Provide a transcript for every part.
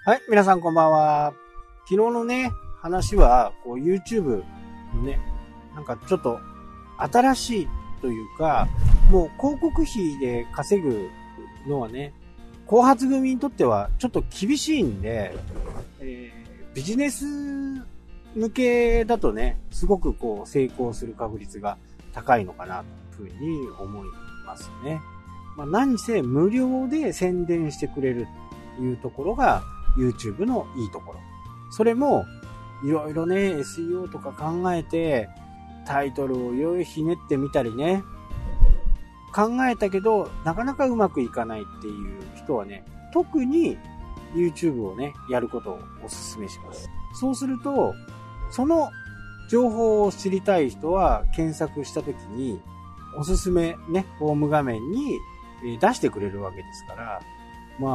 はい、皆さんこんばんは。昨日のね、話は、YouTube のね、なんかちょっと新しいというか、もう広告費で稼ぐのはね、後発組にとってはちょっと厳しいんで、ビジネス向けだとね、すごく成功する確率が高いのかなというふうに思いますね。何せ無料で宣伝してくれるというところが YouTube のいいところ。それもいろいろね、SEO とか考えてタイトルをいろいろひねってみたりね、考えたけどなかなかうまくいかないっていう人はね、特に YouTube をね、やることをお勧めします。そうすると、その情報を知りたい人は検索したときにおすすめね、ホーム画面に出してくれるわけですから、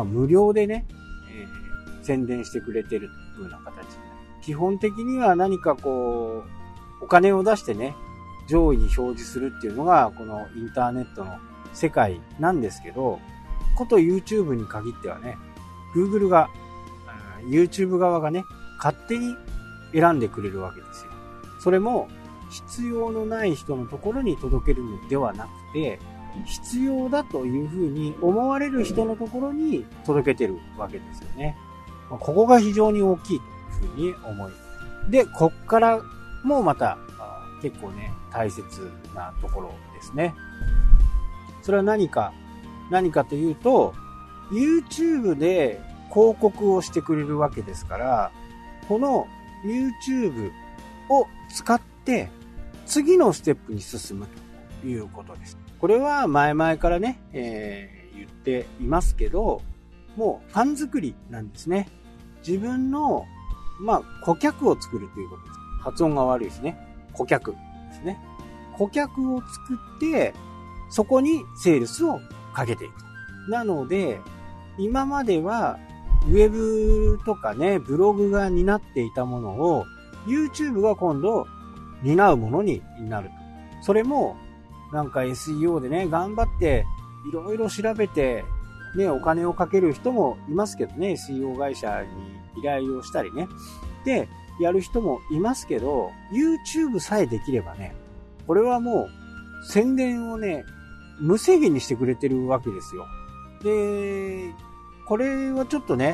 無料でね、宣伝してくれてるというような形で、基本的には何かお金を出してね、上位に表示するっていうのがこのインターネットの世界なんですけど、こと YouTube に限ってはね、Google が、YouTube 側がね、勝手に選んでくれるわけですよ。それも必要のない人のところに届けるのではなくて、必要だというふうに思われる人のところに届けてるわけですよね。ここが非常に大きいというふうに思い。で、こっからもまた結構ね、大切なところですね。それは何かというと、YouTube で広告をしてくれるわけですから、この YouTube を使って次のステップに進むということです。これは前々からね、言っていますけど、もうファン作りなんですね。自分の、顧客を作るということです。発音が悪いですね。顧客ですね。顧客を作って、そこにセールスをかけていく。なので、今まではウェブとかね、ブログが担っていたものを YouTube が今度担うものになると。それもなんか SEO でね、頑張っていろいろ調べてね、お金をかける人もいますけどね、SEO 会社に依頼をしたりね。で、やる人もいますけど、YouTube さえできればね、これはもう宣伝をね、無制限にしてくれてるわけですよ。で、これはちょっとね、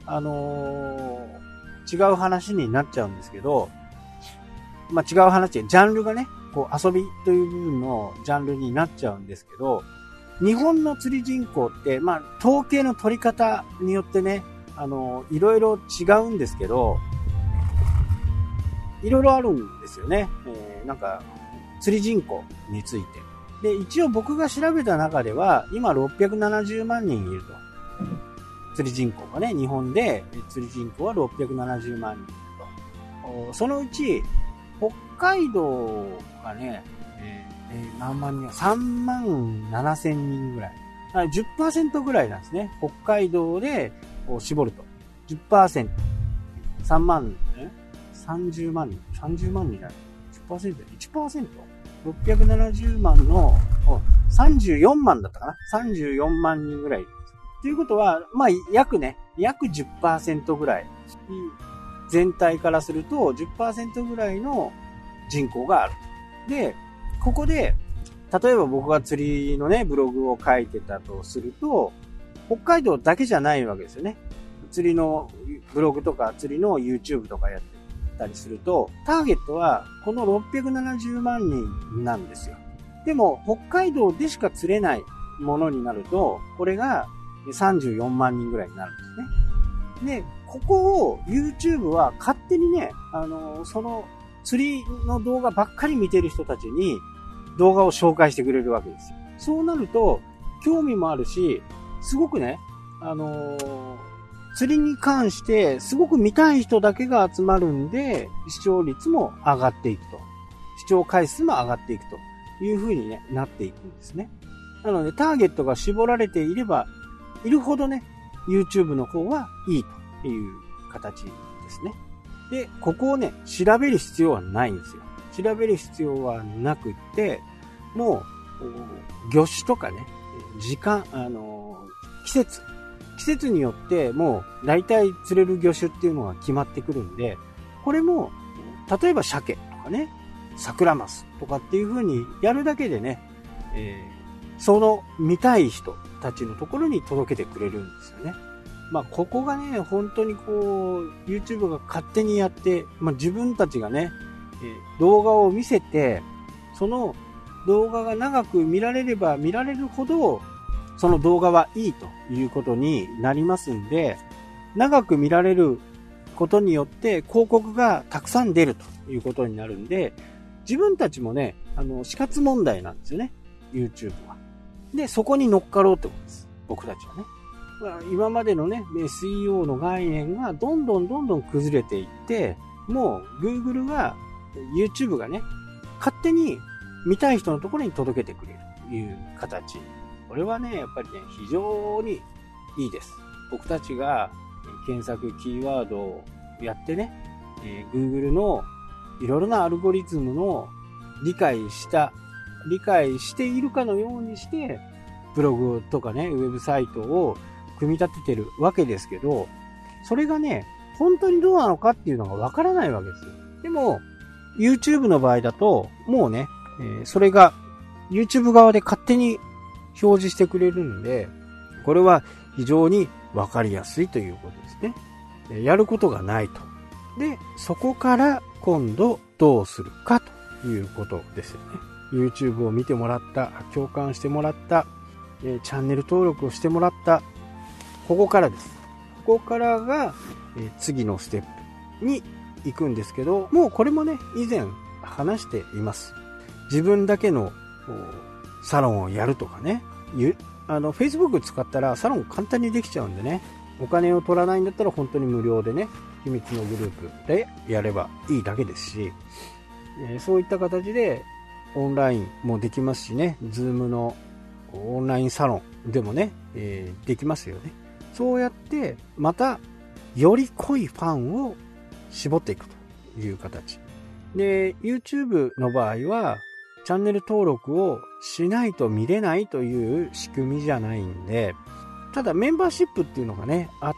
違う話になっちゃうんですけど、違う話で、ジャンルがね、遊びという部分のジャンルになっちゃうんですけど、日本の釣り人口って、統計の取り方によってね、いろいろ違うんですけど、いろいろあるんですよね。なんか、釣り人口について。で、一応僕が調べた中では、今670万人いると。釣り人口がね、日本で釣り人口は670万人いると。そのうち、北海道がね、何万人 ?3 万7千人ぐらい。10% ぐらいなんですね。北海道で絞ると。10%。3万、30万人。30万人じゃない。10%。1%。670万の34万だったかな。34万人ぐらい。ということは、約 10% ぐらい。全体からすると 10% ぐらいの人口がある。で、ここで、例えば僕が釣りのね、ブログを書いてたとすると、北海道だけじゃないわけですよね。釣りのブログとか釣りの YouTube とかやってたりすると、ターゲットはこの670万人なんですよ。でも、北海道でしか釣れないものになると、これが34万人ぐらいになるんですね。で、ここを YouTube は勝手にね、その釣りの動画ばっかり見てる人たちに動画を紹介してくれるわけですよ。そうなると、興味もあるし、すごくね、釣りに関してすごく見たい人だけが集まるんで、視聴率も上がっていくと。視聴回数も上がっていくという風に、ね、なっていくんですね。なので、ターゲットが絞られていれば、いるほどね、YouTube の方はいいという形ですね。で、ここをね、調べる必要はないんですよ。調べる必要はなくって、もう、魚種とかね、時間、季節、 季節によってもう大体釣れる魚種っていうのが決まってくるんで、これも例えば鮭とかね、サクラマスとかっていう風にやるだけでね、その見たい人たちのところに届けてくれるんですよね。まあここがね、本当にこう YouTube が勝手にやって、まあ自分たちがね、動画を見せて、その動画が長く見られれば見られるほど、その動画はいいということになりますんで、長く見られることによって広告がたくさん出るということになるんで、自分たちもね、死活問題なんですよね、YouTube は。で、そこに乗っかろうってことです、僕たちはね。今までのね、SEO の概念がどんどん崩れていって、もう Google が、YouTube がね、勝手に見たい人のところに届けてくれるという形。これはね、やっぱりね、非常にいいです。僕たちが検索キーワードをやってね、Google のいろいろなアルゴリズムの理解しているかのようにして、ブログとかね、ウェブサイトを組み立ててるわけですけど、それがね、本当にどうなのかっていうのがわからないわけですよ。でも、YouTube の場合だと、もうね、それが YouTube 側で勝手に表示してくれるんで、これは非常にわかりやすいということですね。やることがないと。で、そこから今度どうするかということですよね。YouTube を見てもらった、共感してもらった、チャンネル登録をしてもらった、ここからです。ここからが次のステップに行くんですけど、もうこれもね、以前話しています。自分だけのサロンをやるとかね、Facebook 使ったらサロン簡単にできちゃうんでね、お金を取らないんだったら本当に無料でね、秘密のグループでやればいいだけですし、そういった形でオンラインもできますしね、Zoom のオンラインサロンでもね、できますよね。そうやってまたより濃いファンを絞っていくという形で、 YouTube の場合はチャンネル登録をしないと見れないという仕組みじゃないんで、ただメンバーシップっていうのがねあって、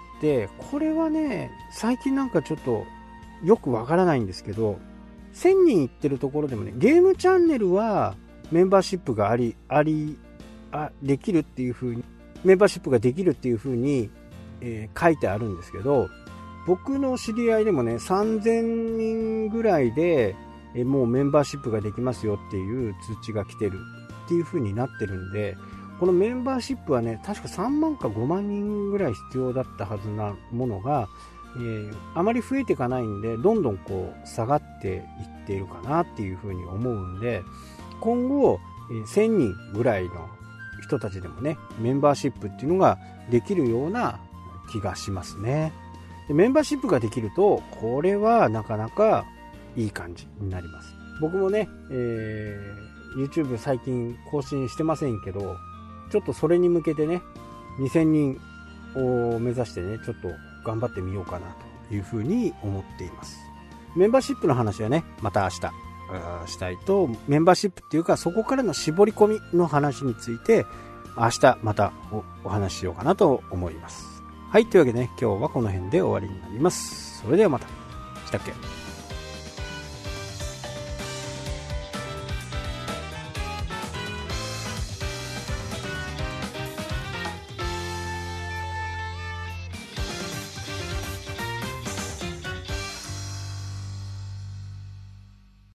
これはね最近なんかちょっとよくわからないんですけど、1000人いってるところでもね、ゲームチャンネルはメンバーシップができるっていう風に、メンバーシップができるっていう風に、書いてあるんですけど、僕の知り合いでもね、3000人ぐらいで、もうメンバーシップができますよっていう通知が来てるっていう風になってるんで、このメンバーシップはね、確か3万か5万人ぐらい必要だったはずなものが、あまり増えていかないんで、どんどんこう下がっていっているかなっていう風に思うんで、今後、1000人ぐらいの人たちでもね、メンバーシップっていうのができるような気がしますね。で、メンバーシップができると、これはなかなかいい感じになります。僕もね、YouTube 最近更新してませんけど、ちょっとそれに向けてね、2000人を目指してね、ちょっと頑張ってみようかなというふうに思っています。メンバーシップの話はね、また明日したいと、メンバーシップっていうか、そこからの絞り込みの話について、明日また お話ししようかなと思います。はい、というわけでね、今日はこの辺で終わりになります。それではまた。したっけ？